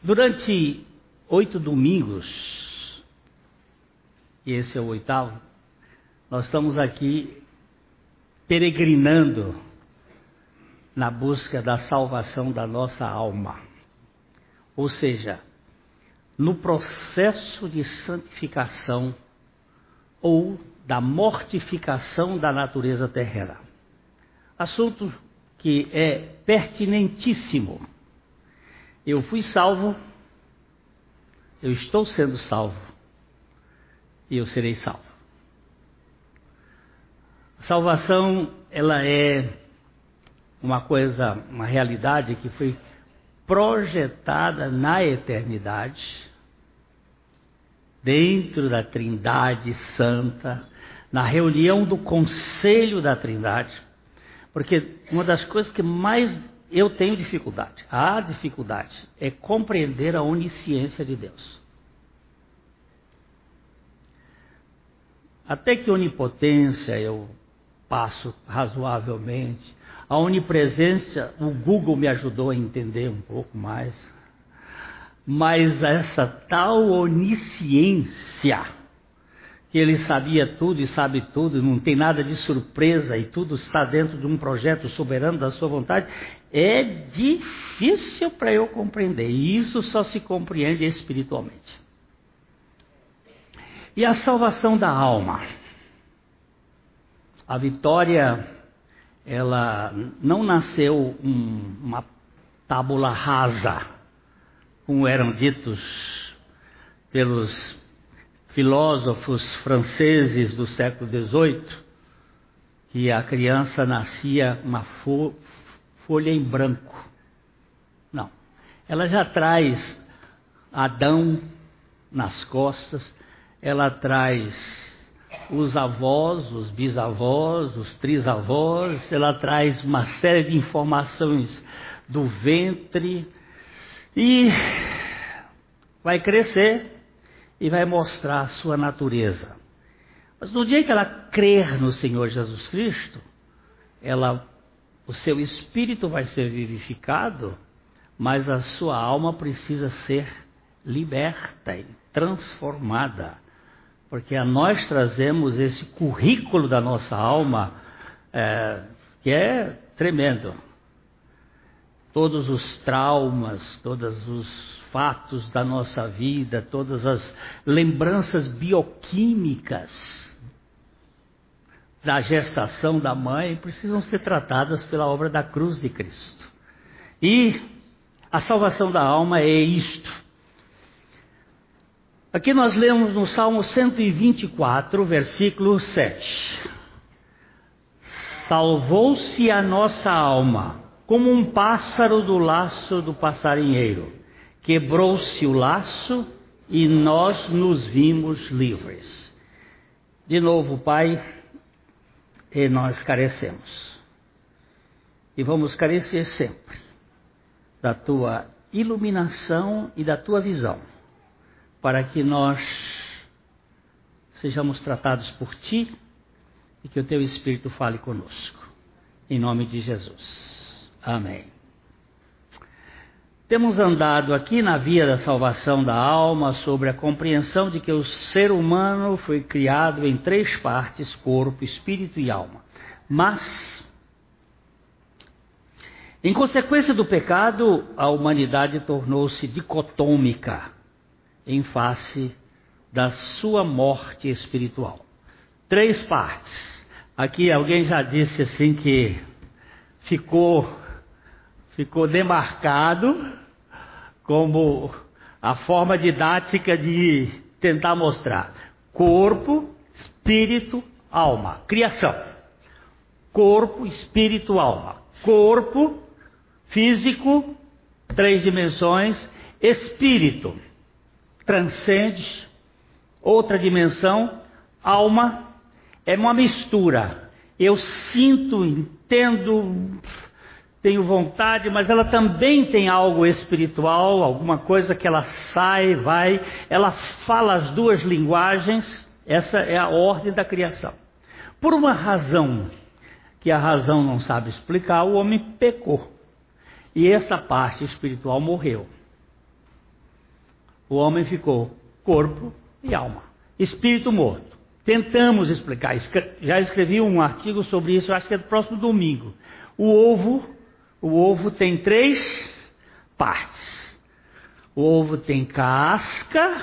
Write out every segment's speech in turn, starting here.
Durante 8 domingos, e esse é o 8º, nós estamos aqui peregrinando na busca da salvação da nossa alma. Ou seja, no processo de santificação ou da mortificação da natureza terrena. Assunto que é pertinentíssimo. Eu fui salvo, eu estou sendo salvo e eu serei salvo. A salvação, ela é uma realidade que foi projetada na eternidade, dentro da Trindade Santa, na reunião do Conselho da Trindade, porque uma das coisas que mais eu tenho dificuldade, a dificuldade, é compreender a onisciência de Deus. Até que onipotência eu passo razoavelmente, a onipresença, o Google me ajudou a entender um pouco mais, mas essa tal onisciência, que ele sabia tudo e sabe tudo, não tem nada de surpresa e tudo está dentro de um projeto soberano da sua vontade, é difícil para eu compreender, e isso só se compreende espiritualmente. E a salvação da alma? A vitória, ela não nasceu uma tábula rasa, como eram ditos pelos filósofos franceses do século XVIII, que a criança nascia uma folha em branco. Não, ela já traz Adão nas costas, ela traz os avós, os bisavós, os trisavós, ela traz uma série de informações do ventre e vai crescer e vai mostrar a sua natureza. Mas no dia que ela crer no Senhor Jesus Cristo, o seu espírito vai ser vivificado, mas a sua alma precisa ser liberta e transformada. Porque a nós trazemos esse currículo da nossa alma, que é tremendo. Todos os traumas, todos os fatos da nossa vida, todas as lembranças bioquímicas da gestação da mãe precisam ser tratadas pela obra da cruz de Cristo. E a salvação da alma é isto. Aqui nós lemos no Salmo 124, versículo 7. Salvou-se a nossa alma, como um pássaro do laço do passarinheiro. Quebrou-se o laço e nós nos vimos livres. De novo, Pai, e nós carecemos. E vamos carecer sempre da Tua iluminação e da Tua visão, para que nós sejamos tratados por Ti e que o Teu Espírito fale conosco. Em nome de Jesus. Amém. Temos andado aqui na via da salvação da alma sobre a compreensão de que o ser humano foi criado em 3 partes, corpo, espírito e alma. Mas, em consequência do pecado, a humanidade tornou-se dicotômica em face da sua morte espiritual. 3 partes. Aqui alguém já disse assim que ficou demarcado como a forma didática de tentar mostrar. Corpo, espírito, alma. Criação. Corpo, espírito, alma. Corpo, físico, 3 dimensões. Espírito, transcende, outra dimensão. Alma é uma mistura. Eu sinto, entendo, tenho vontade, mas ela também tem algo espiritual, alguma coisa que ela sai, vai, ela fala as 2 linguagens. Essa é a ordem da criação. Por uma razão que a razão não sabe explicar, o homem pecou. E essa parte espiritual morreu. O homem ficou corpo e alma. Espírito morto. Tentamos explicar. Já escrevi um artigo sobre isso, acho que é do próximo domingo. O ovo tem 3 partes. O ovo tem casca,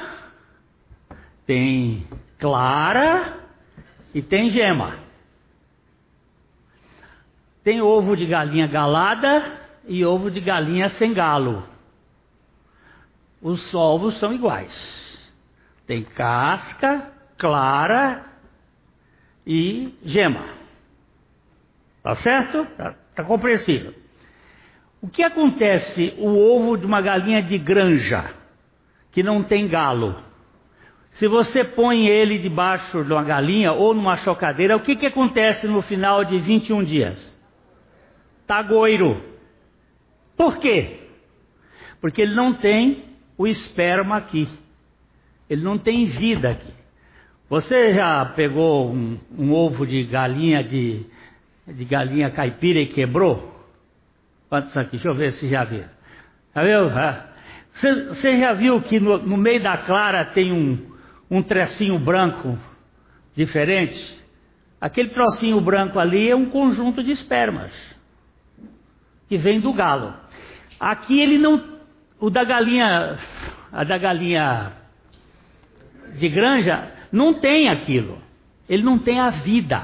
tem clara e tem gema. Tem ovo de galinha galada e ovo de galinha sem galo. Os ovos são iguais. Tem casca, clara e gema. Tá certo? Tá compreensível. O que acontece o ovo de uma galinha de granja que não tem galo? Se você põe ele debaixo de uma galinha ou numa chocadeira, o que acontece no final de 21 dias? Tá goiro. Por quê? Porque ele não tem o esperma aqui. Ele não tem vida aqui. Você já pegou um ovo de galinha de galinha caipira e quebrou? Quantos aqui? Deixa eu ver se já viram. Já viu? Você já viu que no meio da clara tem um trecinho branco diferente? Aquele trocinho branco ali é um conjunto de espermas que vem do galo. Aqui ele não... A da galinha de granja não tem aquilo. Ele não tem a vida.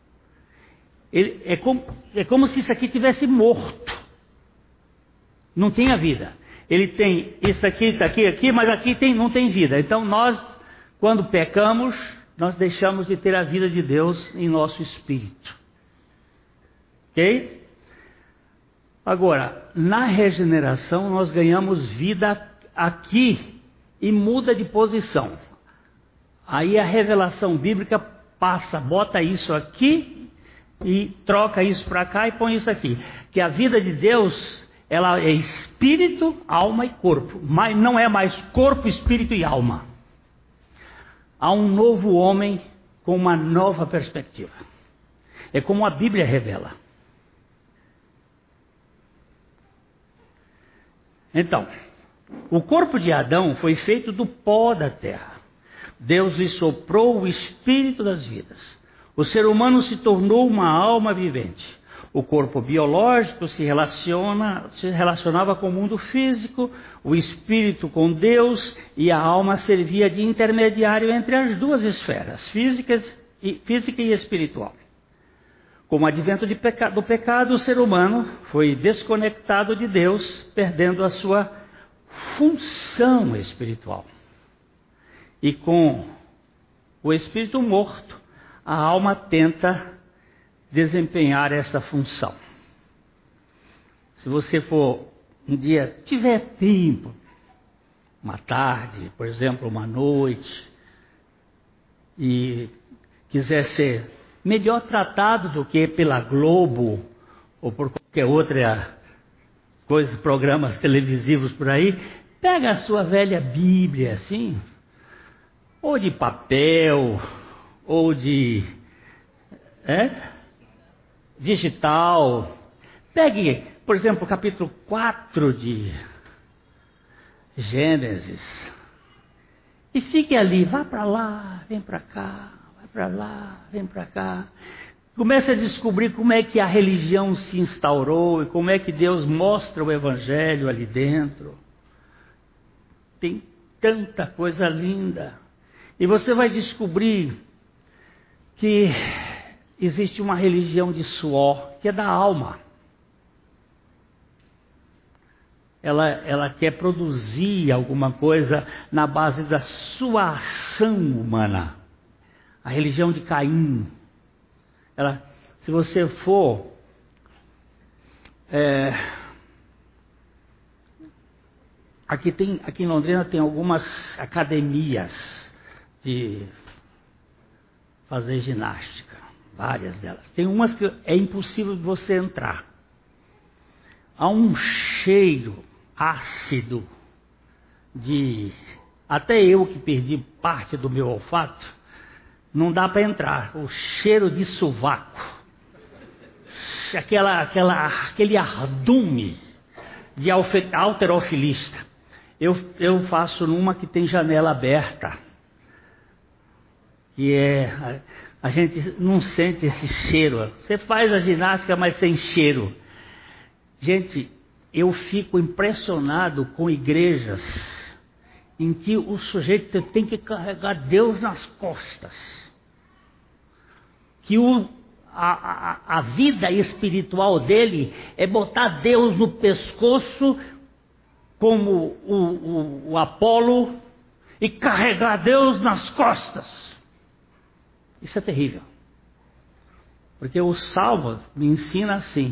É como se isso aqui tivesse morto. Não tem a vida. Ele tem isso aqui, tá aqui, mas aqui não tem vida. Então nós, quando pecamos, nós deixamos de ter a vida de Deus em nosso espírito. Ok? Agora, na regeneração nós ganhamos vida aqui e muda de posição. Aí a revelação bíblica passa, bota isso aqui e troca isso para cá e põe isso aqui. Que a vida de Deus, ela é espírito, alma e corpo. Mas não é mais corpo, espírito e alma. Há um novo homem com uma nova perspectiva. É como a Bíblia revela. Então, o corpo de Adão foi feito do pó da terra. Deus lhe soprou o espírito das vidas. O ser humano se tornou uma alma vivente. O corpo biológico se relacionava com o mundo físico, o espírito com Deus, e a alma servia de intermediário entre as duas esferas, física e espiritual. Com o advento do pecado, o ser humano foi desconectado de Deus, perdendo a sua função espiritual. E com o espírito morto, a alma tenta desempenhar essa função. Se você for um dia, tiver tempo, uma tarde, por exemplo, uma noite, e quiser ser melhor tratado do que pela Globo ou por qualquer outra coisa, programas televisivos por aí, pega a sua velha Bíblia assim, ou de papel, ou de digital. Pegue, por exemplo, o capítulo 4 de Gênesis e fique ali, vá para lá, vem para cá, vai para lá, vem para cá. Comece a descobrir como é que a religião se instaurou e como é que Deus mostra o Evangelho ali dentro. Tem tanta coisa linda. E você vai descobrir que existe uma religião de suor, que é da alma. Ela quer produzir alguma coisa na base da sua ação humana. A religião de Caim. Se você for aqui em Londrina tem algumas academias de fazer ginástica, várias delas. Tem umas que é impossível de você entrar. Há um cheiro ácido até eu que perdi parte do meu olfato, não dá para entrar. O cheiro de sovaco, aquele ardume de halterofilista. Eu faço numa que tem janela aberta. Que a gente não sente esse cheiro. Você faz a ginástica, mas sem cheiro. Gente, eu fico impressionado com igrejas em que o sujeito tem que carregar Deus nas costas. Que a vida espiritual dele é botar Deus no pescoço, como o Apolo, e carregar Deus nas costas. Isso é terrível. Porque o Salmo me ensina assim: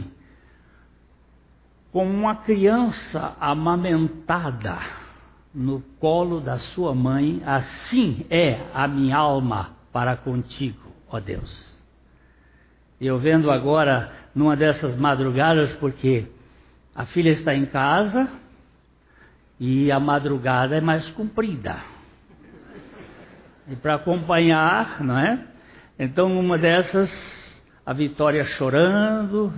como uma criança amamentada no colo da sua mãe, assim é a minha alma para contigo, ó Deus. Eu vendo agora, numa dessas madrugadas, porque a filha está em casa e a madrugada é mais comprida. E para acompanhar, não é? Então, numa dessas, a Vitória chorando,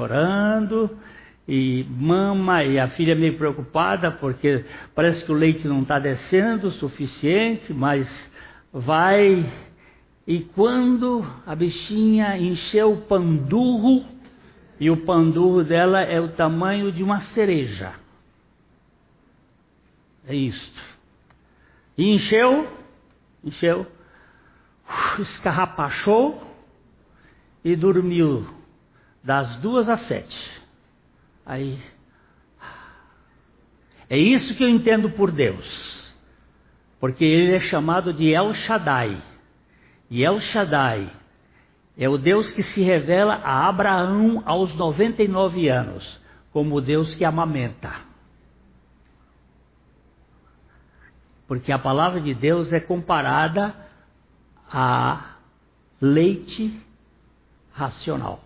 e mama, e a filha meio preocupada, porque parece que o leite não está descendo o suficiente, mas vai. E quando a bichinha encheu o pandurro, e o pandurro dela é o tamanho de uma cereja. É isto. E encheu, escarrapachou e dormiu das 2 às 7. Aí, é isso que eu entendo por Deus, porque Ele é chamado de El Shaddai, e El Shaddai é o Deus que se revela a Abraão aos 99 anos, como o Deus que amamenta, porque a palavra de Deus é comparada a leite racional.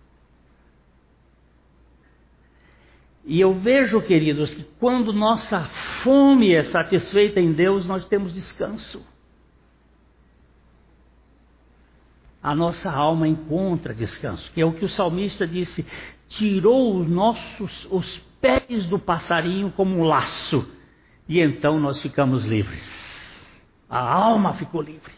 E eu vejo, queridos, que quando nossa fome é satisfeita em Deus, nós temos descanso. A nossa alma encontra descanso, que é o que o salmista disse: tirou os pés do passarinho como um laço, e então nós ficamos livres. A alma ficou livre.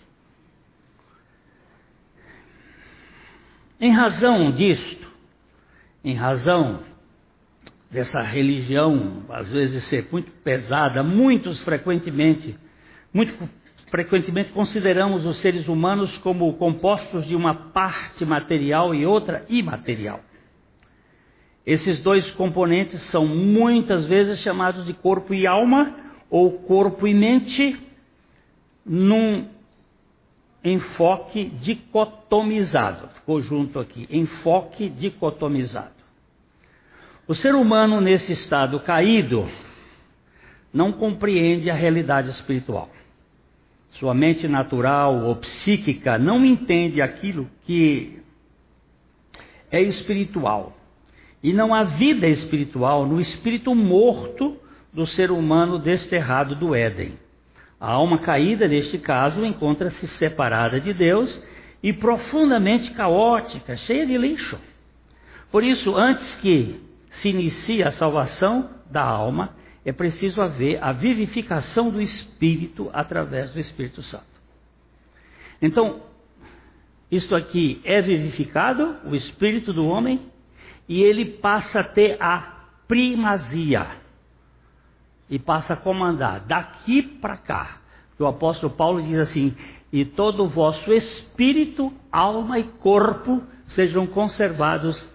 Em razão disto, em razão dessa religião, às vezes ser muito pesada, muito frequentemente consideramos os seres humanos como compostos de uma parte material e outra imaterial. Esses dois componentes são muitas vezes chamados de corpo e alma, ou corpo e mente, num enfoque dicotomizado. Ficou junto aqui, enfoque dicotomizado. O ser humano nesse estado caído não compreende a realidade espiritual. Sua mente natural ou psíquica não entende aquilo que é espiritual. E não há vida espiritual no espírito morto do ser humano desterrado do Éden. A alma caída, neste caso, encontra-se separada de Deus e profundamente caótica, cheia de lixo. Por isso, antes que se inicie a salvação da alma, é preciso haver a vivificação do Espírito através do Espírito Santo. Então, isto aqui é vivificado, o Espírito do homem, e ele passa a ter a primazia. E passa a comandar daqui para cá. O apóstolo Paulo diz assim: e todo o vosso espírito, alma e corpo sejam conservados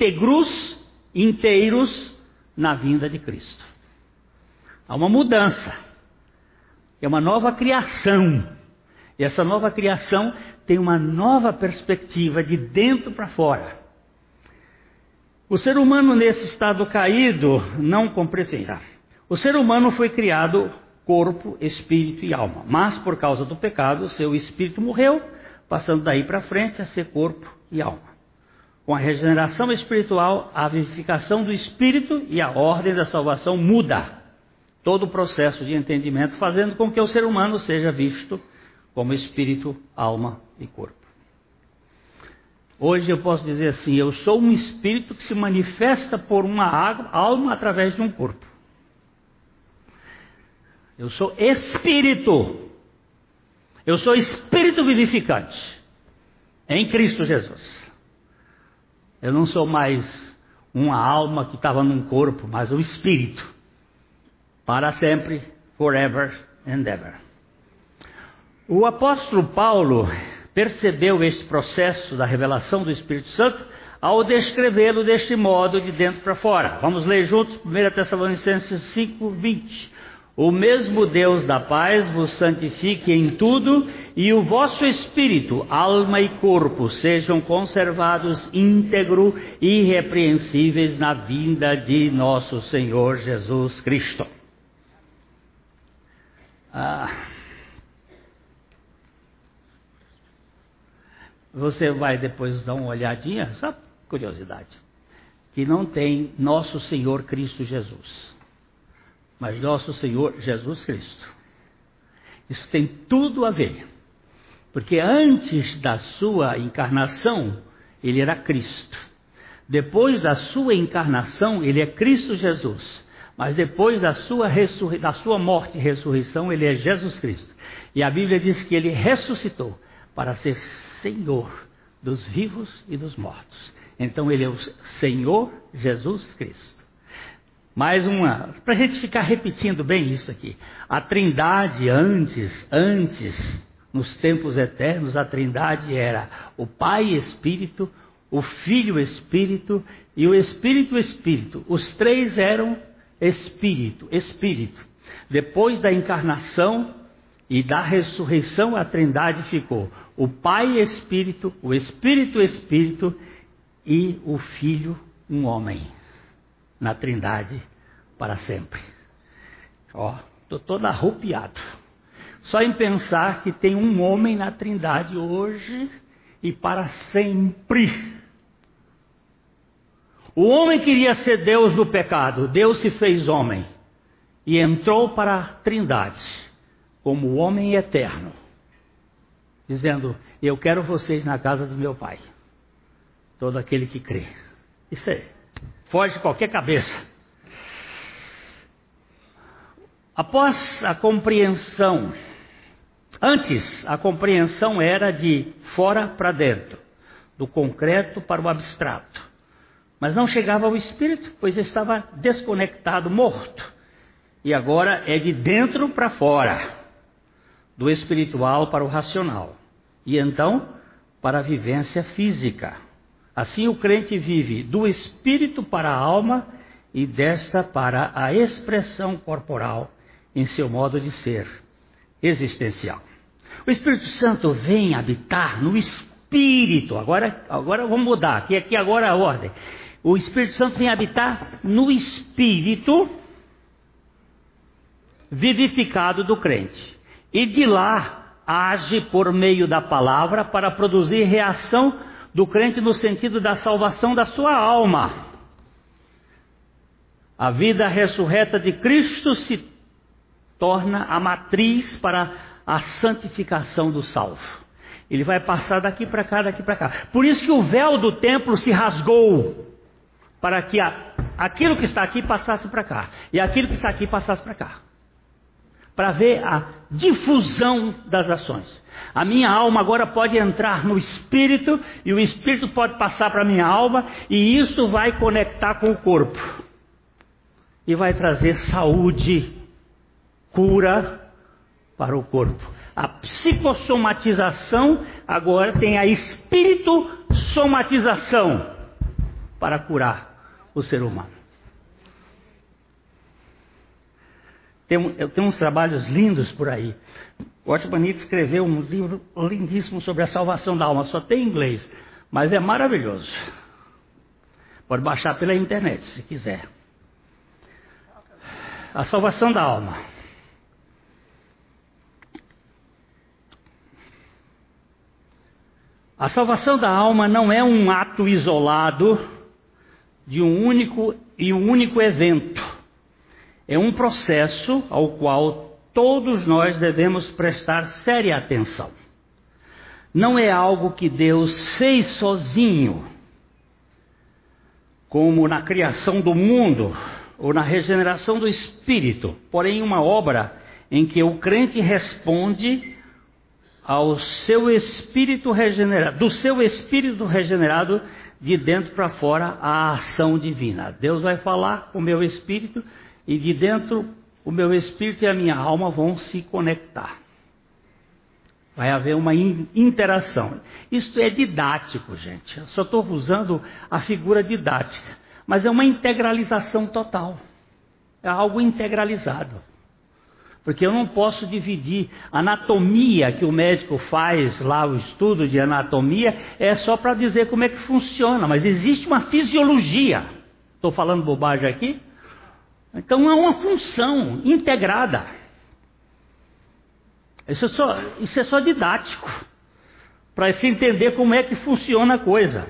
inteiros na vinda de Cristo. Há uma mudança, é uma nova criação, e essa nova criação tem uma nova perspectiva de dentro para fora. O ser humano nesse estado caído não compreende. O ser humano foi criado corpo, espírito e alma, mas por causa do pecado, seu espírito morreu, passando daí para frente a ser corpo e alma. Com a regeneração espiritual, a vivificação do espírito e a ordem da salvação muda todo o processo de entendimento, fazendo com que o ser humano seja visto como espírito, alma e corpo. Hoje eu posso dizer assim: eu sou um espírito que se manifesta por uma alma através de um corpo. Eu sou espírito. Eu sou espírito vivificante em Cristo Jesus. Eu não sou mais uma alma que estava num corpo, mas um espírito. Para sempre, forever and ever. O apóstolo Paulo percebeu este processo da revelação do Espírito Santo ao descrevê-lo deste modo, de dentro para fora. Vamos ler juntos 1 Tessalonicenses 5:20. O mesmo Deus da paz vos santifique em tudo, e o vosso espírito, alma e corpo sejam conservados íntegro e irrepreensíveis na vinda de nosso Senhor Jesus Cristo. Você vai depois dar uma olhadinha, só curiosidade, que não tem nosso Senhor Cristo Jesus, mas nosso Senhor Jesus Cristo. Isso tem tudo a ver, porque antes da sua encarnação, ele era Cristo. Depois da sua encarnação, ele é Cristo Jesus. Mas depois da sua morte e ressurreição, ele é Jesus Cristo. E a Bíblia diz que ele ressuscitou para ser Senhor dos vivos e dos mortos. Então ele é o Senhor Jesus Cristo. Mais uma, para a gente ficar repetindo bem isso aqui. A Trindade antes, nos tempos eternos, a Trindade era o Pai Espírito, o Filho Espírito e o Espírito Espírito. Os três eram Espírito. Depois da encarnação e da ressurreição, a Trindade ficou o Pai Espírito, o Espírito Espírito e o Filho, um homem, na Trindade para sempre. Estou todo arrupiado só em pensar que tem um homem na Trindade hoje e para sempre. O homem queria ser Deus do pecado. Deus se fez homem e entrou para a Trindade como o homem eterno, dizendo: eu quero vocês na casa do meu Pai. Todo aquele que crê. Isso aí foge de qualquer cabeça. Após a compreensão, antes a compreensão era de fora para dentro, do concreto para o abstrato. Mas não chegava ao espírito, pois estava desconectado, morto. E agora é de dentro para fora, do espiritual para o racional. E então, para a vivência física. Assim o crente vive do espírito para a alma e desta para a expressão corporal em seu modo de ser existencial. O Espírito Santo vem habitar no espírito. Agora vamos mudar, aqui agora a ordem. O Espírito Santo vem habitar no espírito vivificado do crente. E de lá age por meio da palavra para produzir reação do crente no sentido da salvação da sua alma. A vida ressurreta de Cristo se torna a matriz para a santificação do salvo. Ele vai passar daqui para cá, daqui para cá. Por isso que o véu do templo se rasgou, para que aquilo que está aqui passasse para cá, e aquilo que está aqui passasse para cá, para ver a difusão das ações. A minha alma agora pode entrar no espírito, e o espírito pode passar para a minha alma, e isto vai conectar com o corpo, e vai trazer saúde, cura para o corpo. A psicossomatização agora tem a espírito-somatização para curar o ser humano. Eu tenho uns trabalhos lindos por aí. O Otmanito escreveu um livro lindíssimo sobre a salvação da alma. Só tem em inglês, mas é maravilhoso. Pode baixar pela internet, se quiser. A salvação da alma. A salvação da alma não é um ato isolado de um único evento. É um processo ao qual todos nós devemos prestar séria atenção. Não é algo que Deus fez sozinho, como na criação do mundo ou na regeneração do espírito, porém uma obra em que o crente responde ao seu espírito regenerado, do seu espírito regenerado de dentro para fora a ação divina. Deus vai falar com o meu espírito e de dentro o meu espírito e a minha alma vão se conectar. Vai haver uma interação. Isso é didático, gente. Eu só estou usando a figura didática. Mas é uma integralização total. É algo integralizado. Porque eu não posso dividir a anatomia que o médico faz lá, o estudo de anatomia, é só para dizer como é que funciona. Mas existe uma fisiologia. Estou falando bobagem aqui? Então é uma função integrada. Isso é só didático, para se entender como é que funciona a coisa.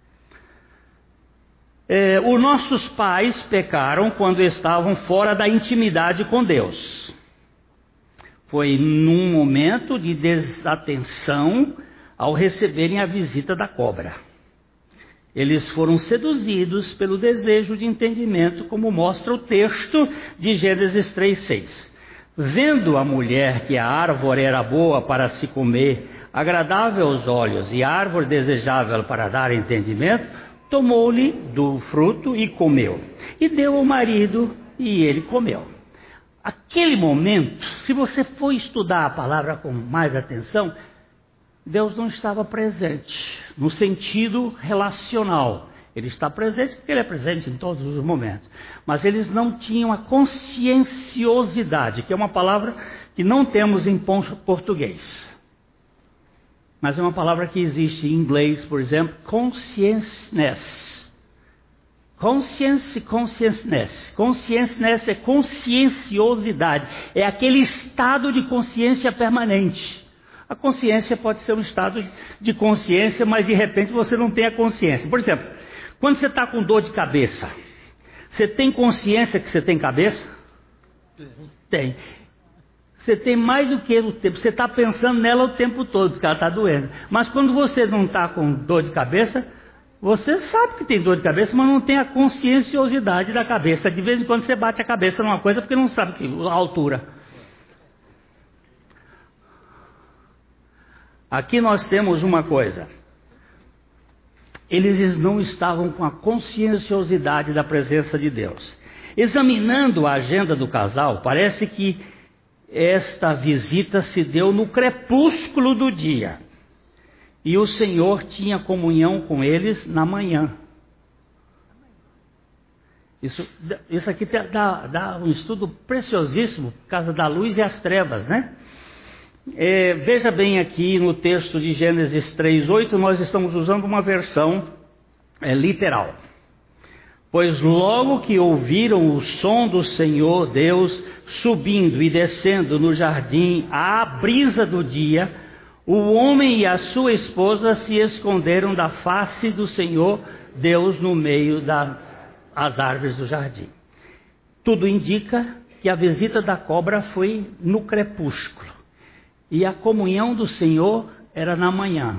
Os nossos pais pecaram quando estavam fora da intimidade com Deus. Foi num momento de desatenção ao receberem a visita da cobra. Eles foram seduzidos pelo desejo de entendimento, como mostra o texto de Gênesis 3:6. Vendo a mulher que a árvore era boa para se comer, agradável aos olhos e árvore desejável para dar entendimento, tomou-lhe do fruto e comeu. E deu ao marido e ele comeu. Aquele momento, se você for estudar a palavra com mais atenção, Deus não estava presente no sentido relacional. Ele está presente porque Ele é presente em todos os momentos. Mas eles não tinham a conscienciosidade, que é uma palavra que não temos em português. Mas é uma palavra que existe em inglês, por exemplo, consciousness. Consciousness. Consciousness é conscienciosidade. É aquele estado de consciência permanente. A consciência pode ser um estado de consciência, mas de repente você não tem a consciência. Por exemplo, quando você está com dor de cabeça, você tem consciência que você tem cabeça? Tem. Você tem mais do que o tempo. Você está pensando nela o tempo todo, porque ela está doendo. Mas quando você não está com dor de cabeça, você sabe que tem dor de cabeça, mas não tem a conscienciosidade da cabeça. De vez em quando você bate a cabeça numa coisa porque não sabe a altura. Aqui nós temos uma coisa. Eles não estavam com a conscienciosidade da presença de Deus. Examinando a agenda do casal, parece que esta visita se deu no crepúsculo do dia. E o Senhor tinha comunhão com eles na manhã. Isso aqui dá um estudo preciosíssimo por causa da luz e as trevas, né? Veja bem aqui no texto de Gênesis 3:8, nós estamos usando uma versão literal. Pois logo que ouviram o som do Senhor Deus subindo e descendo no jardim à brisa do dia, o homem e a sua esposa se esconderam da face do Senhor Deus no meio das árvores do jardim. Tudo indica que a visita da cobra foi no crepúsculo. E a comunhão do Senhor era na manhã.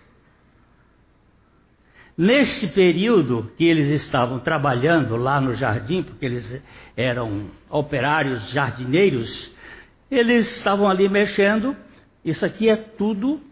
Neste período que eles estavam trabalhando lá no jardim, porque eles eram operários jardineiros, eles estavam ali mexendo. Isso aqui é tudo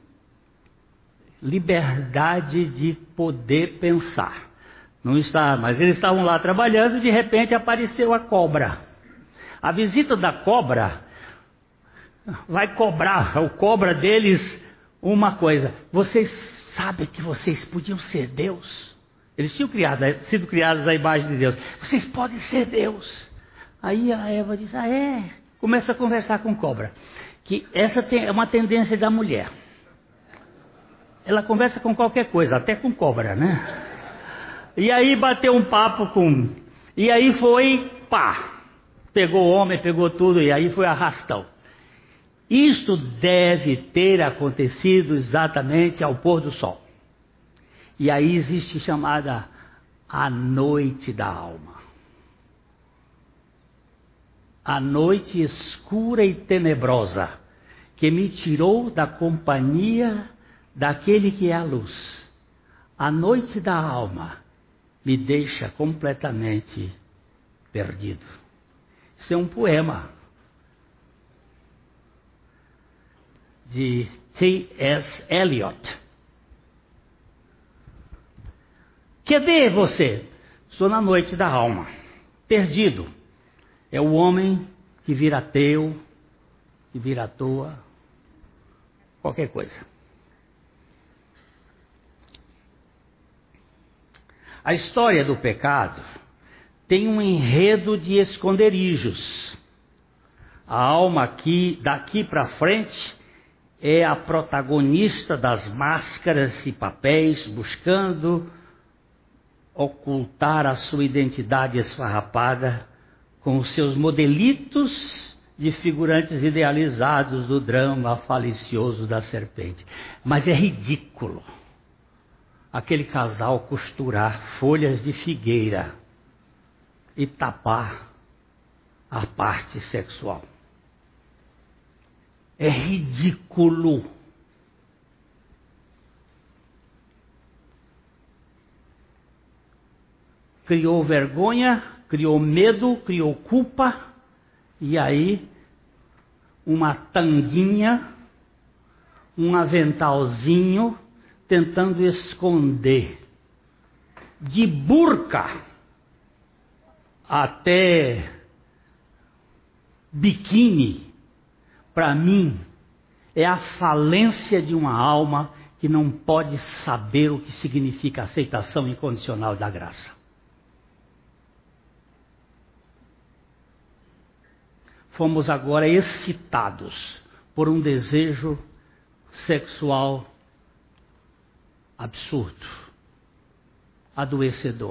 liberdade de poder pensar. Não está, mas eles estavam lá trabalhando e de repente apareceu a cobra. A visita da cobra vai cobrar, o cobra deles uma coisa. Vocês sabem que vocês podiam ser Deus? Eles tinham sido criados à imagem de Deus. Vocês podem ser Deus. Aí a Eva diz, começa a conversar com cobra. Que essa é uma tendência da mulher. Ela conversa com qualquer coisa, até com cobra, né? E aí bateu um papo e aí foi, pegou o homem, pegou tudo, e aí foi arrastão. Isto deve ter acontecido exatamente ao pôr do sol. E aí existe chamada a noite da alma. A noite escura e tenebrosa, que me tirou da companhia daquele que é a luz. A noite da alma me deixa completamente perdido. Isso é um poema. de T.S. Eliot. Cadê você? Estou na noite da alma. Perdido. É o homem que vira ateu, que vira à toa, qualquer coisa. A história do pecado tem um enredo de esconderijos. A alma aqui, daqui para frente, é a protagonista das máscaras e papéis, buscando ocultar a sua identidade esfarrapada com os seus modelitos de figurantes idealizados do drama falicioso da serpente. Mas é ridículo aquele casal costurar folhas de figueira e tapar a parte sexual. É ridículo. Criou vergonha, criou medo, criou culpa, e aí uma tanguinha, um aventalzinho, tentando esconder. De burca até biquíni, para mim, é a falência de uma alma que não pode saber o que significa aceitação incondicional da graça. Fomos agora excitados por um desejo sexual absurdo, adoecedor.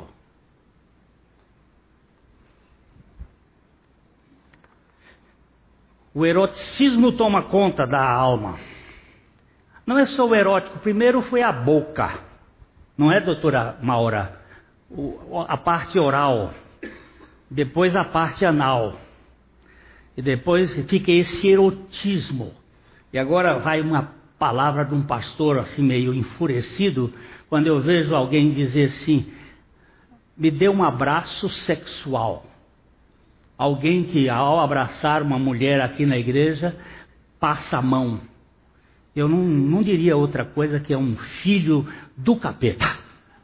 O eroticismo toma conta da alma. Não é só o erótico, primeiro foi a boca, não é, doutora Maura? A parte oral, depois a parte anal. E depois fica esse erotismo. E agora vai uma palavra de um pastor assim meio enfurecido, quando eu vejo alguém dizer assim, me dê um abraço sexual. Alguém que ao abraçar uma mulher aqui na igreja, passa a mão. Eu não diria outra coisa que é um filho do capeta.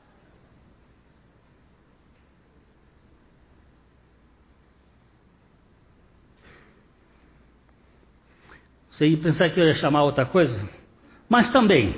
Você ia pensar que eu ia chamar outra coisa? Mas também.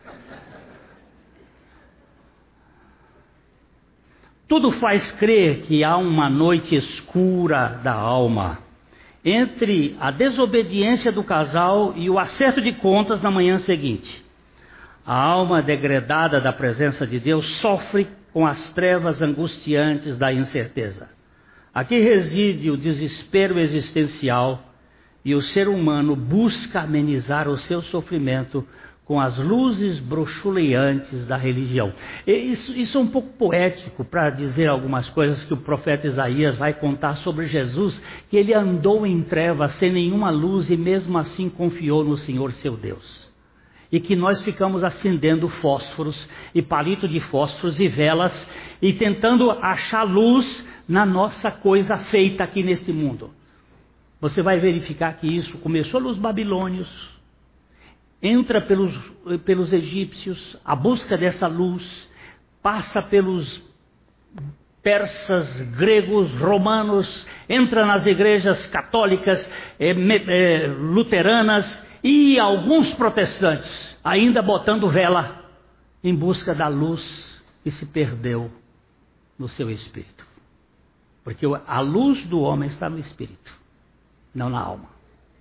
Tudo faz crer que há uma noite escura da alma, entre a desobediência do casal e o acerto de contas na manhã seguinte. A alma degradada da presença de Deus sofre com as trevas angustiantes da incerteza. Aqui reside o desespero existencial, e o ser humano busca amenizar o seu sofrimento com as luzes bruxuleantes da religião. Isso é um pouco poético para dizer algumas coisas que o profeta Isaías vai contar sobre Jesus, que ele andou em trevas sem nenhuma luz e mesmo assim confiou no Senhor seu Deus. E que nós ficamos acendendo fósforos e palito de fósforos e velas e tentando achar luz na nossa coisa feita aqui neste mundo. Você vai verificar que isso começou nos babilônios, entra pelos egípcios, a busca dessa luz, passa pelos persas, gregos, romanos, entra nas igrejas católicas, luteranas e alguns protestantes, ainda botando vela em busca da luz que se perdeu no seu espírito. Porque a luz do homem está no espírito, não na alma.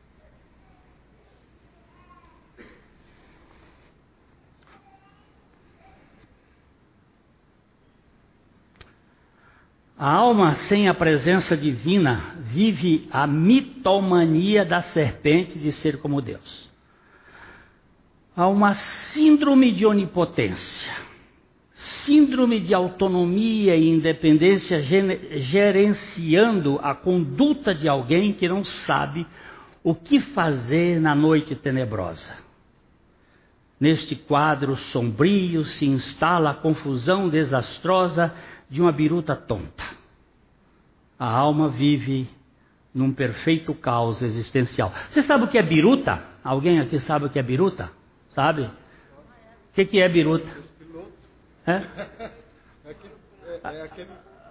A alma sem a presença divina vive a mitomania da serpente de ser como Deus. Há uma síndrome de onipotência, síndrome de autonomia e independência gerenciando a conduta de alguém que não sabe o que fazer na noite tenebrosa. Neste quadro sombrio se instala a confusão desastrosa de uma biruta tonta. A alma vive num perfeito caos existencial. Você sabe o que é biruta? Alguém aqui sabe o que é biruta? Sabe? O que é biruta? É? É aquele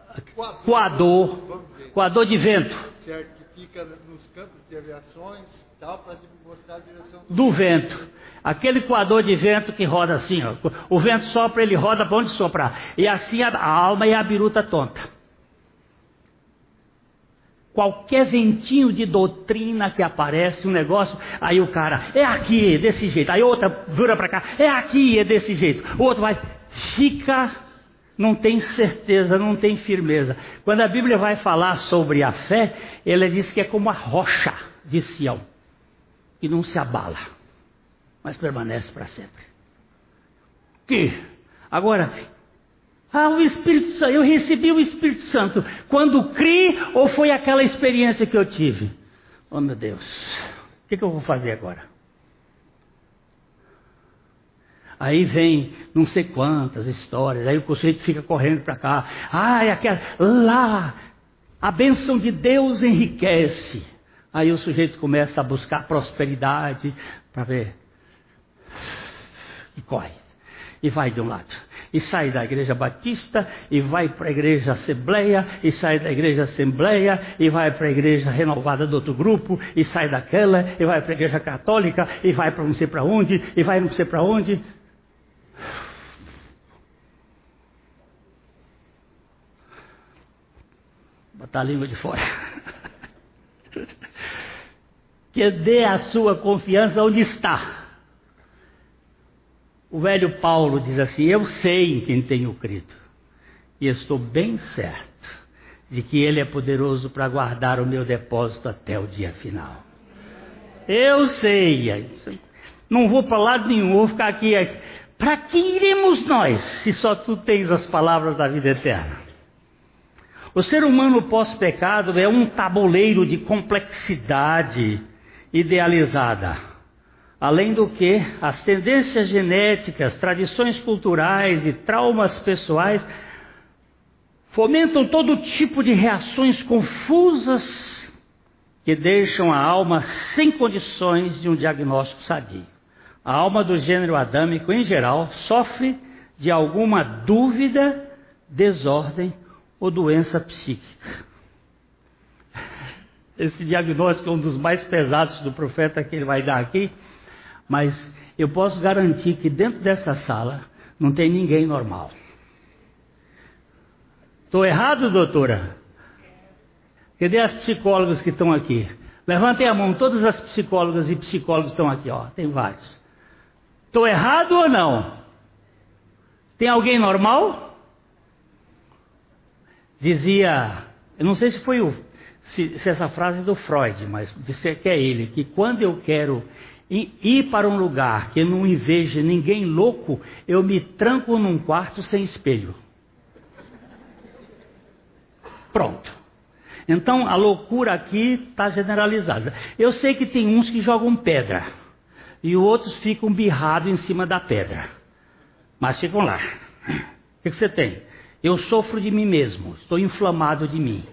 coador de vento. Que fica nos campos de aviações, tal, para mostrar a direção do vento. Aquele coador de vento que roda assim, ó. O vento sopra, ele roda para onde soprar. E assim a alma é a biruta tonta. Qualquer ventinho de doutrina que aparece, um negócio, aí o cara, é aqui, é desse jeito. Aí outra vira para cá, é aqui, é desse jeito. O outro vai, fica, não tem certeza, não tem firmeza. Quando a Bíblia vai falar sobre a fé, ela diz que é como a rocha de Sião, que não se abala, mas permanece para sempre. Agora, o Espírito Santo, eu recebi o Espírito Santo quando criei, ou foi aquela experiência que eu tive? Oh meu Deus, o que eu vou fazer agora? Aí vem não sei quantas histórias, aí o sujeito fica correndo para cá, lá, a bênção de Deus enriquece. Aí o sujeito começa a buscar prosperidade, para ver, e corre, e vai de um lado. E sai da igreja batista, e vai para a igreja assembleia, e sai da igreja assembleia, e vai para a igreja renovada do outro grupo, e sai daquela, e vai para a igreja católica, e vai para não sei para onde, e vai não sei para onde. Botar a língua de fora. Que dê a sua confiança onde está. O velho Paulo diz assim: eu sei em quem tenho crido, e estou bem certo de que Ele é poderoso para guardar o meu depósito até o dia final. Eu sei, não vou para lado nenhum, vou ficar aqui. Para que iremos nós, se só tu tens as palavras da vida eterna? O ser humano pós-pecado é um tabuleiro de complexidade idealizada. Além do que, as tendências genéticas, tradições culturais e traumas pessoais fomentam todo tipo de reações confusas que deixam a alma sem condições de um diagnóstico sadio. A alma do gênero adâmico, em geral, sofre de alguma dúvida, desordem ou doença psíquica. Esse diagnóstico é um dos mais pesados do profeta que ele vai dar aqui. Mas eu posso garantir que dentro dessa sala não tem ninguém normal. Estou errado, doutora? Cadê as psicólogas que estão aqui? Levantem a mão, todas as psicólogas e psicólogos estão aqui, ó. Tem vários. Estou errado ou não? Tem alguém normal? Dizia, eu não sei se foi se essa frase é do Freud, mas disse que é ele, que quando eu quero ir para um lugar que não inveja ninguém louco, eu me tranco num quarto sem espelho. Pronto. Então a loucura aqui está generalizada. Eu sei que tem uns que jogam pedra e outros ficam birrados em cima da pedra, mas ficam lá. O que você tem? Eu sofro de mim mesmo, estou inflamado de mim,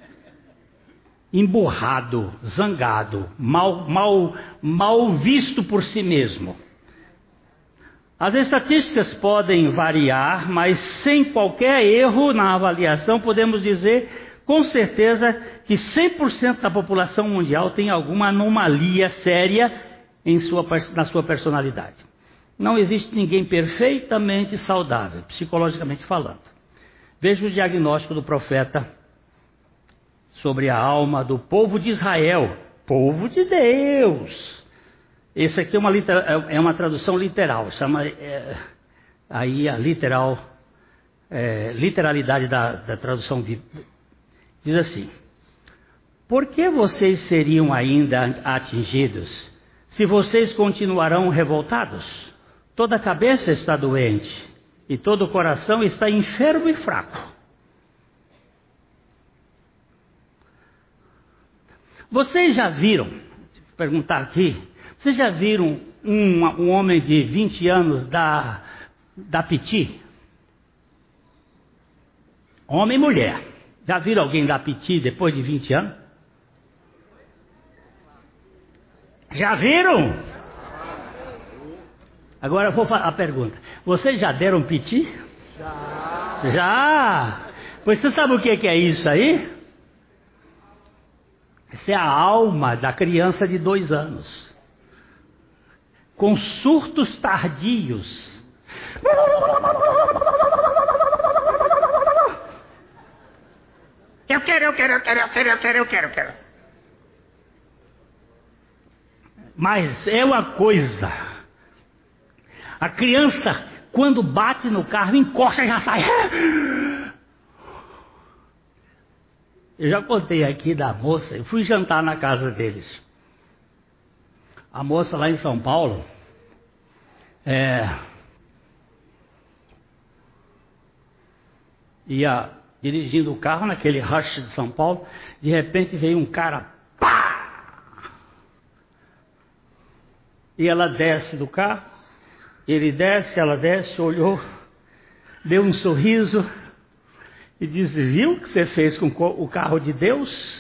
emburrado, zangado, mal visto por si mesmo. As estatísticas podem variar, mas sem qualquer erro na avaliação, podemos dizer com certeza que 100% da população mundial tem alguma anomalia séria na sua personalidade. Não existe ninguém perfeitamente saudável, psicologicamente falando. Veja o diagnóstico do profeta sobre a alma do povo de Israel, povo de Deus. Esse aqui é uma tradução literal, chama aí a literalidade da tradução diz assim: por que vocês seriam ainda atingidos se vocês continuarão revoltados? Toda a cabeça está doente e todo o coração está enfermo e fraco. Vocês já viram, vou perguntar aqui, vocês já viram um homem de 20 anos dar piti? Homem e mulher. Já viram alguém dar piti depois de 20 anos? Já viram? Agora eu vou fazer a pergunta. Vocês já deram piti? Já! Pois você sabe o que é isso aí? Essa é a alma da criança de 2 anos. Com surtos tardios. Eu quero. Mas é uma coisa. A criança, quando bate no carro, encosta e já sai. Eu já contei aqui da moça, eu fui jantar na casa deles. A moça lá em São Paulo, ia dirigindo o carro naquele rush de São Paulo, de repente veio um cara, pá! E ela desce do carro, ele desce, ela desce, olhou, deu um sorriso e disse: viu o que você fez com o carro de Deus?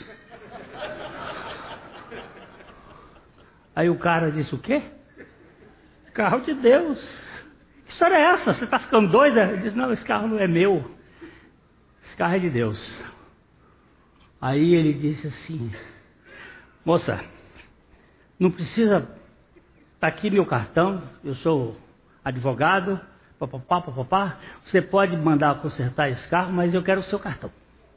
Aí o cara disse: o quê? Carro de Deus. Que história é essa? Você está ficando doida? Ele disse: não, esse carro não é meu. Esse carro é de Deus. Aí ele disse assim: moça, não precisa, está aqui meu cartão, eu sou advogado, papapá, você pode mandar consertar esse carro, mas eu quero o seu cartão.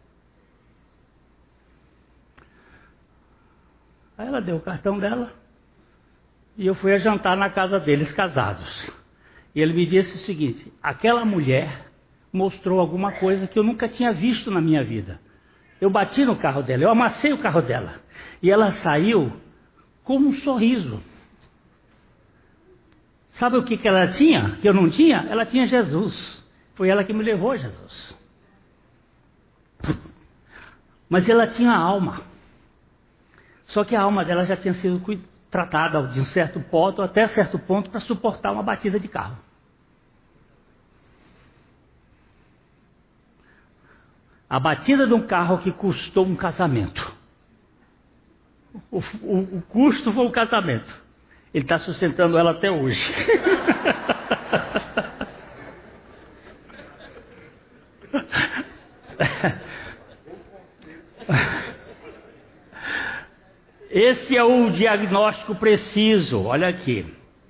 Aí ela deu o cartão dela e eu fui a jantar na casa deles, casados. E ele me disse o seguinte: aquela mulher mostrou alguma coisa que eu nunca tinha visto na minha vida. Eu bati no carro dela, eu amassei o carro dela. E ela saiu com um sorriso. Sabe o que ela tinha, que eu não tinha? Ela tinha Jesus. Foi ela que me levou a Jesus. Mas ela tinha alma. Só que a alma dela já tinha sido tratada de um certo ponto, até certo ponto, para suportar uma batida de carro. A batida de um carro que custou um casamento. O custo foi o casamento. Ele está sustentando ela até hoje. Esse é o diagnóstico preciso. Olha aqui.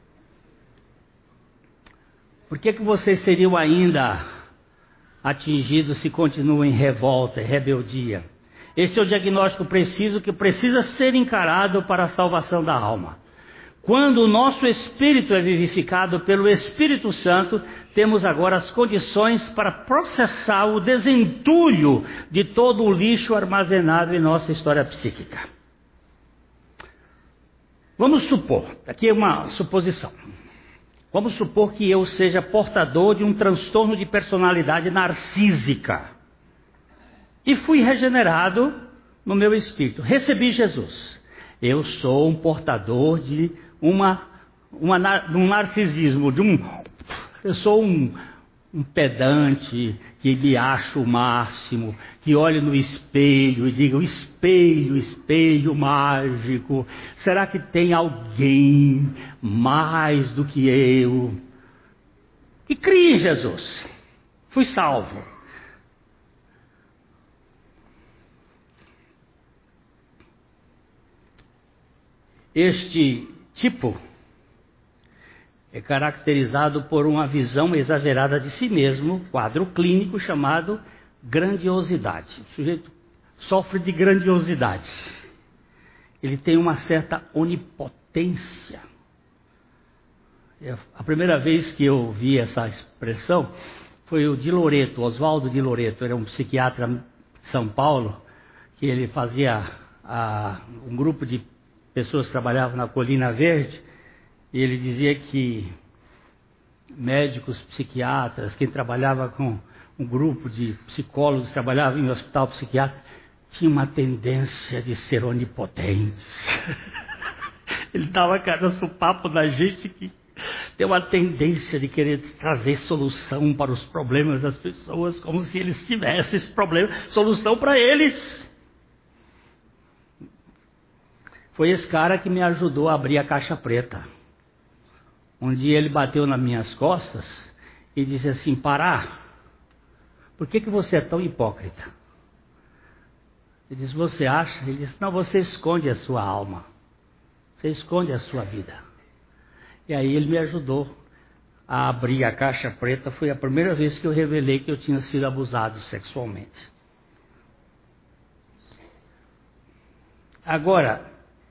Por que vocês seriam ainda atingidos se continuam em revolta e rebeldia? Esse é o diagnóstico preciso que precisa ser encarado para a salvação da alma. Quando o nosso espírito é vivificado pelo Espírito Santo, temos agora as condições para processar o desentulho de todo o lixo armazenado em nossa história psíquica. Vamos supor, aqui é uma suposição. Vamos supor que eu seja portador de um transtorno de personalidade narcísica. E fui regenerado no meu espírito. Recebi Jesus. Eu sou um portador de um narcisismo, eu sou um pedante que me acha o máximo, que olha no espelho e diga: o espelho mágico, será que tem alguém mais do que eu? E criei em Jesus, fui salvo. Este tipo é caracterizado por uma visão exagerada de si mesmo, quadro clínico chamado grandiosidade. O sujeito sofre de grandiosidade. Ele tem uma certa onipotência. A primeira vez que eu vi essa expressão foi o de Loreto, Oswaldo de Loreto. Era um psiquiatra de São Paulo, que ele fazia um grupo de pessoas que trabalhavam na Colina Verde, e ele dizia que médicos, psiquiatras, quem trabalhava com um grupo de psicólogos que trabalhavam em hospital psiquiátrico, tinha uma tendência de ser onipotentes. Ele dava no papo da gente que tem uma tendência de querer trazer solução para os problemas das pessoas, como se eles tivessem esse problema, solução para eles. Foi esse cara que me ajudou a abrir a caixa preta. Um dia ele bateu nas minhas costas e disse assim: Pará, por que você é tão hipócrita? Ele disse: você acha? Ele disse: não, você esconde a sua alma. Você esconde a sua vida. E aí ele me ajudou a abrir a caixa preta. Foi a primeira vez que eu revelei que eu tinha sido abusado sexualmente. Agora,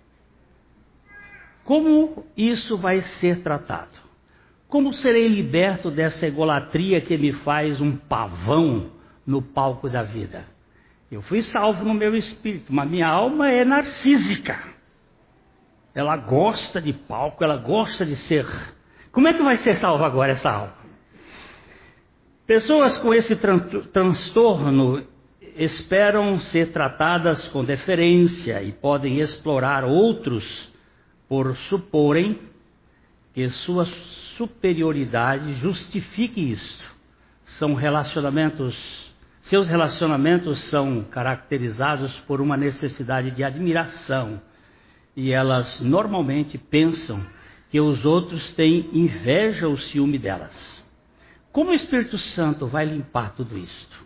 como isso vai ser tratado? Como serei liberto dessa egolatria que me faz um pavão no palco da vida? Eu fui salvo no meu espírito, mas minha alma é narcísica. Ela gosta de palco, ela gosta de ser. Como é que vai ser salva agora essa alma? Pessoas com esse transtorno esperam ser tratadas com deferência e podem explorar outros por suporem que sua superioridade justifique isto. Seus relacionamentos são caracterizados por uma necessidade de admiração, e elas normalmente pensam que os outros têm inveja ou ciúme delas. Como o Espírito Santo vai limpar tudo isto?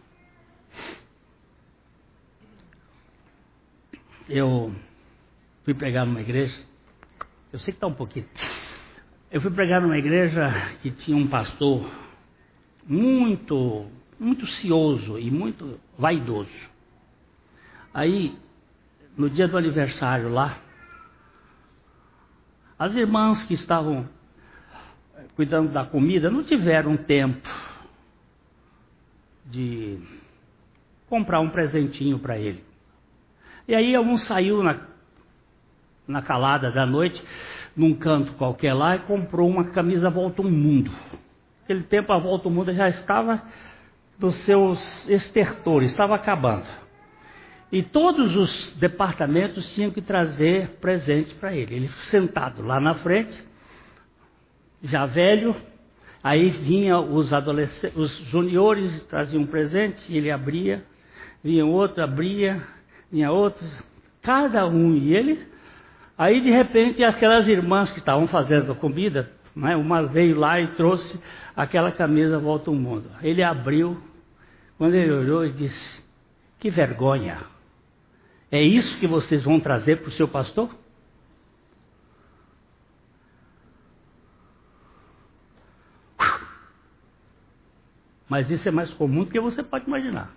Eu fui pregar numa igreja, eu sei que está um pouquinho. Eu fui pregar numa igreja que tinha um pastor muito cioso e muito vaidoso. Aí, no dia do aniversário lá, as irmãs que estavam cuidando da comida não tiveram tempo de comprar um presentinho para ele. E aí um saiu na calada da noite, num canto qualquer lá, e comprou uma camisa Volta ao Mundo. Naquele tempo a Volta ao Mundo já estava dos seus estertores, estava acabando. E todos os departamentos tinham que trazer presente para ele. Ele sentado lá na frente, já velho, aí vinha os adolescentes, os juniores traziam um presente, e ele abria, vinha outro, abria, vinha outro, cada um, e ele. Aí de repente aquelas irmãs que estavam fazendo a comida, né, uma veio lá e trouxe aquela camisa Volta ao Mundo. Ele abriu, quando ele olhou e disse: que vergonha, é isso que vocês vão trazer para o seu pastor? Mas isso é mais comum do que você pode imaginar.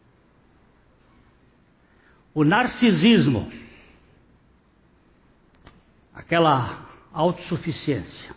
O narcisismo, aquela autossuficiência.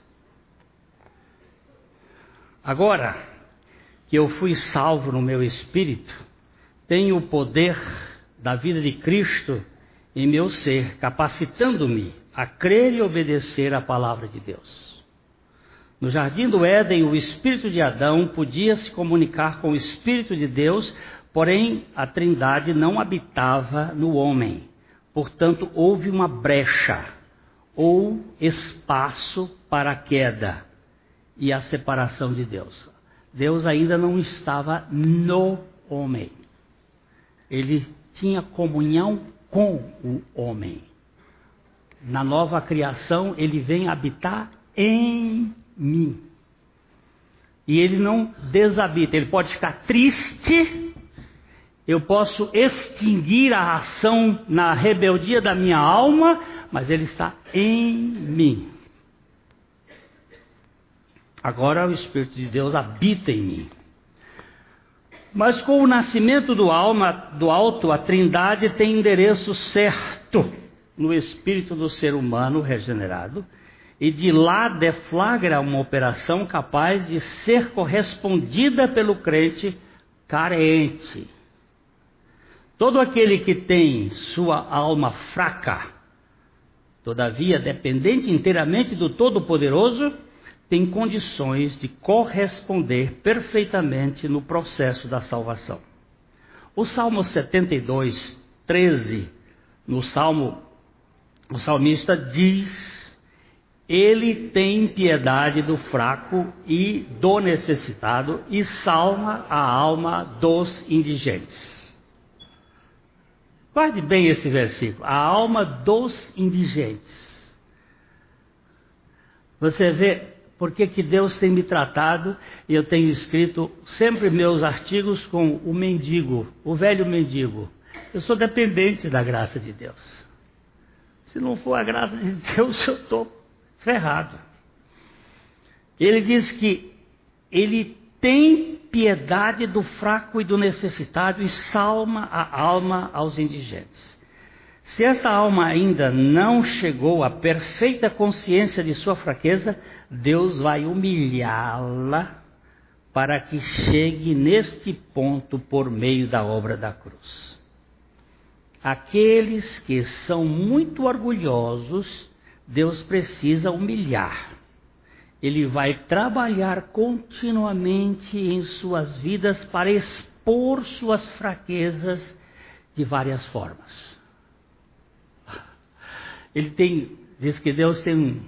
Agora que eu fui salvo no meu espírito, tenho o poder da vida de Cristo em meu ser, capacitando-me a crer e obedecer à palavra de Deus. No jardim do Éden, o espírito de Adão podia se comunicar com o espírito de Deus, porém a Trindade não habitava no homem. Portanto, houve uma brecha ou espaço para a queda e a separação de Deus. Deus ainda não estava no homem. Ele tinha comunhão com o homem. Na nova criação, ele vem habitar em mim. E ele não desabita. Ele pode ficar triste. Eu posso extinguir a ação na rebeldia da minha alma, mas ele está em mim. Agora o Espírito de Deus habita em mim. Mas com o nascimento do alto, a Trindade tem endereço certo no espírito do ser humano regenerado, e de lá deflagra uma operação capaz de ser correspondida pelo crente carente. Todo aquele que tem sua alma fraca, todavia dependente inteiramente do Todo-Poderoso, tem condições de corresponder perfeitamente no processo da salvação. O Salmo 72, 13, o salmista diz: ele tem piedade do fraco e do necessitado e salva a alma dos indigentes. Guarde bem esse versículo. A alma dos indigentes. Você vê por que Deus tem me tratado, e eu tenho escrito sempre meus artigos com o mendigo, o velho mendigo. Eu sou dependente da graça de Deus. Se não for a graça de Deus, eu estou ferrado. Ele diz que ele tem piedade do fraco e do necessitado e salva a alma aos indigentes. Se esta alma ainda não chegou à perfeita consciência de sua fraqueza, Deus vai humilhá-la para que chegue neste ponto por meio da obra da cruz. Aqueles que são muito orgulhosos, Deus precisa humilhar. Ele vai trabalhar continuamente em suas vidas para expor suas fraquezas de várias formas. Diz que Deus tem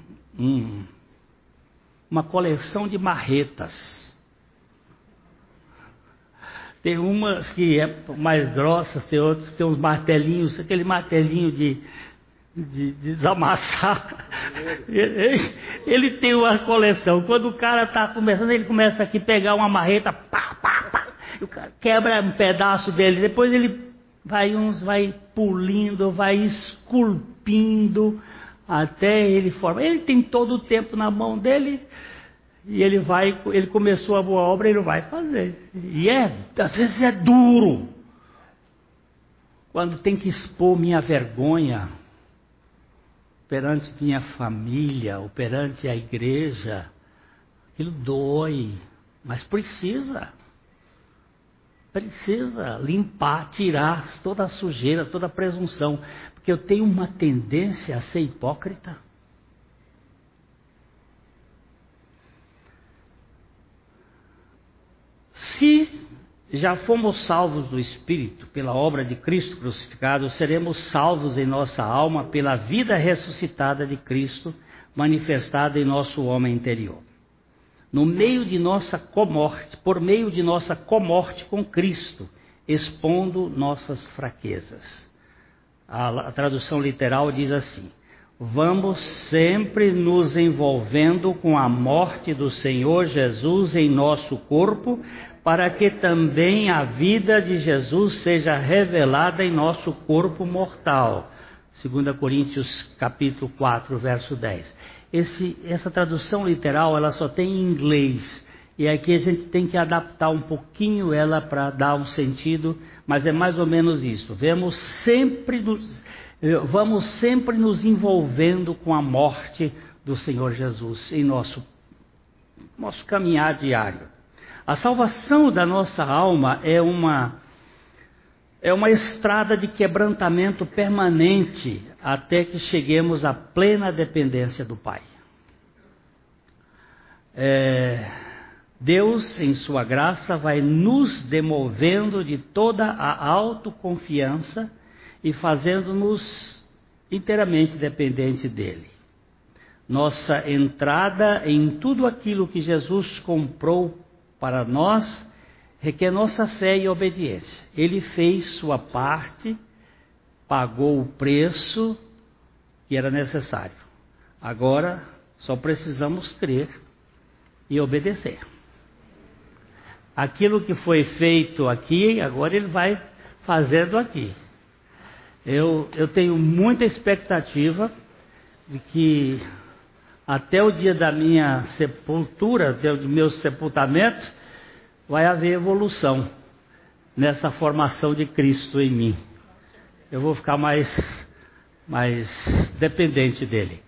uma coleção de marretas. Tem umas que é mais grossas, tem outras que tem uns martelinhos, aquele martelinho de desamassar. Ele tem uma coleção. Quando o cara está começando, ele começa aqui a pegar uma marreta, pá, pá, pá, e o cara quebra um pedaço dele. Depois ele vai pulindo, vai esculpindo, até ele forma. Ele tem todo o tempo na mão dele. E ele começou a boa obra, ele vai fazer. E às vezes é duro. Quando tem que expor minha vergonha perante minha família, ou perante a igreja, aquilo dói, mas precisa limpar, tirar toda a sujeira, toda a presunção, porque eu tenho uma tendência a ser hipócrita. Se já fomos salvos do Espírito pela obra de Cristo crucificado, seremos salvos em nossa alma pela vida ressuscitada de Cristo, manifestada em nosso homem interior. No meio de nossa comorte, por meio de nossa comorte com Cristo, expondo nossas fraquezas. A tradução literal diz assim: vamos sempre nos envolvendo com a morte do Senhor Jesus em nosso corpo, para que também a vida de Jesus seja revelada em nosso corpo mortal. 2 Coríntios capítulo 4, verso 10. Essa tradução literal, ela só tem em inglês. E aqui a gente tem que adaptar um pouquinho ela para dar um sentido, mas é mais ou menos isso. Vamos sempre nos envolvendo com a morte do Senhor Jesus em nosso caminhar diário. A salvação da nossa alma é uma estrada de quebrantamento permanente até que cheguemos à plena dependência do Pai. Deus, em sua graça, vai nos demovendo de toda a autoconfiança e fazendo-nos inteiramente dependente dele. Nossa entrada em tudo aquilo que Jesus comprou para nós requer nossa fé e obediência. Ele fez sua parte, pagou o preço que era necessário. Agora só precisamos crer e obedecer. Aquilo que foi feito aqui, agora ele vai fazendo aqui. Eu tenho muita expectativa de que até o dia da minha sepultura, do meu sepultamento, vai haver evolução nessa formação de Cristo em mim. Eu vou ficar mais dependente dele.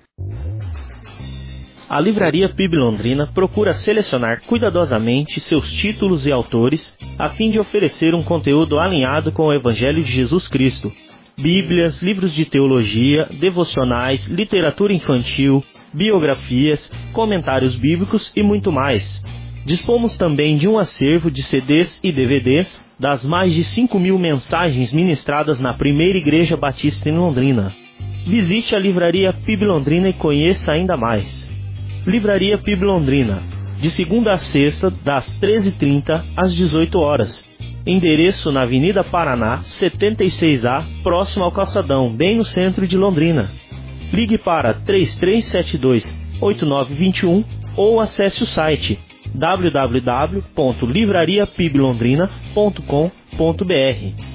A Livraria PIB Londrina procura selecionar cuidadosamente seus títulos e autores a fim de oferecer um conteúdo alinhado com o Evangelho de Jesus Cristo. Bíblias, livros de teologia, devocionais, literatura infantil, biografias, comentários bíblicos e muito mais. Dispomos também de um acervo de CDs e DVDs das mais de 5.000 mensagens ministradas na Primeira Igreja Batista em Londrina. Visite a Livraria PIB Londrina e conheça ainda mais. Livraria PIB Londrina, de segunda a sexta, das 13h30 às 18 horas. Endereço na Avenida Paraná, 76A, próximo ao Calçadão, bem no centro de Londrina. Ligue para 3372-8921 ou acesse o site www.livrariapiblondrina.com.br.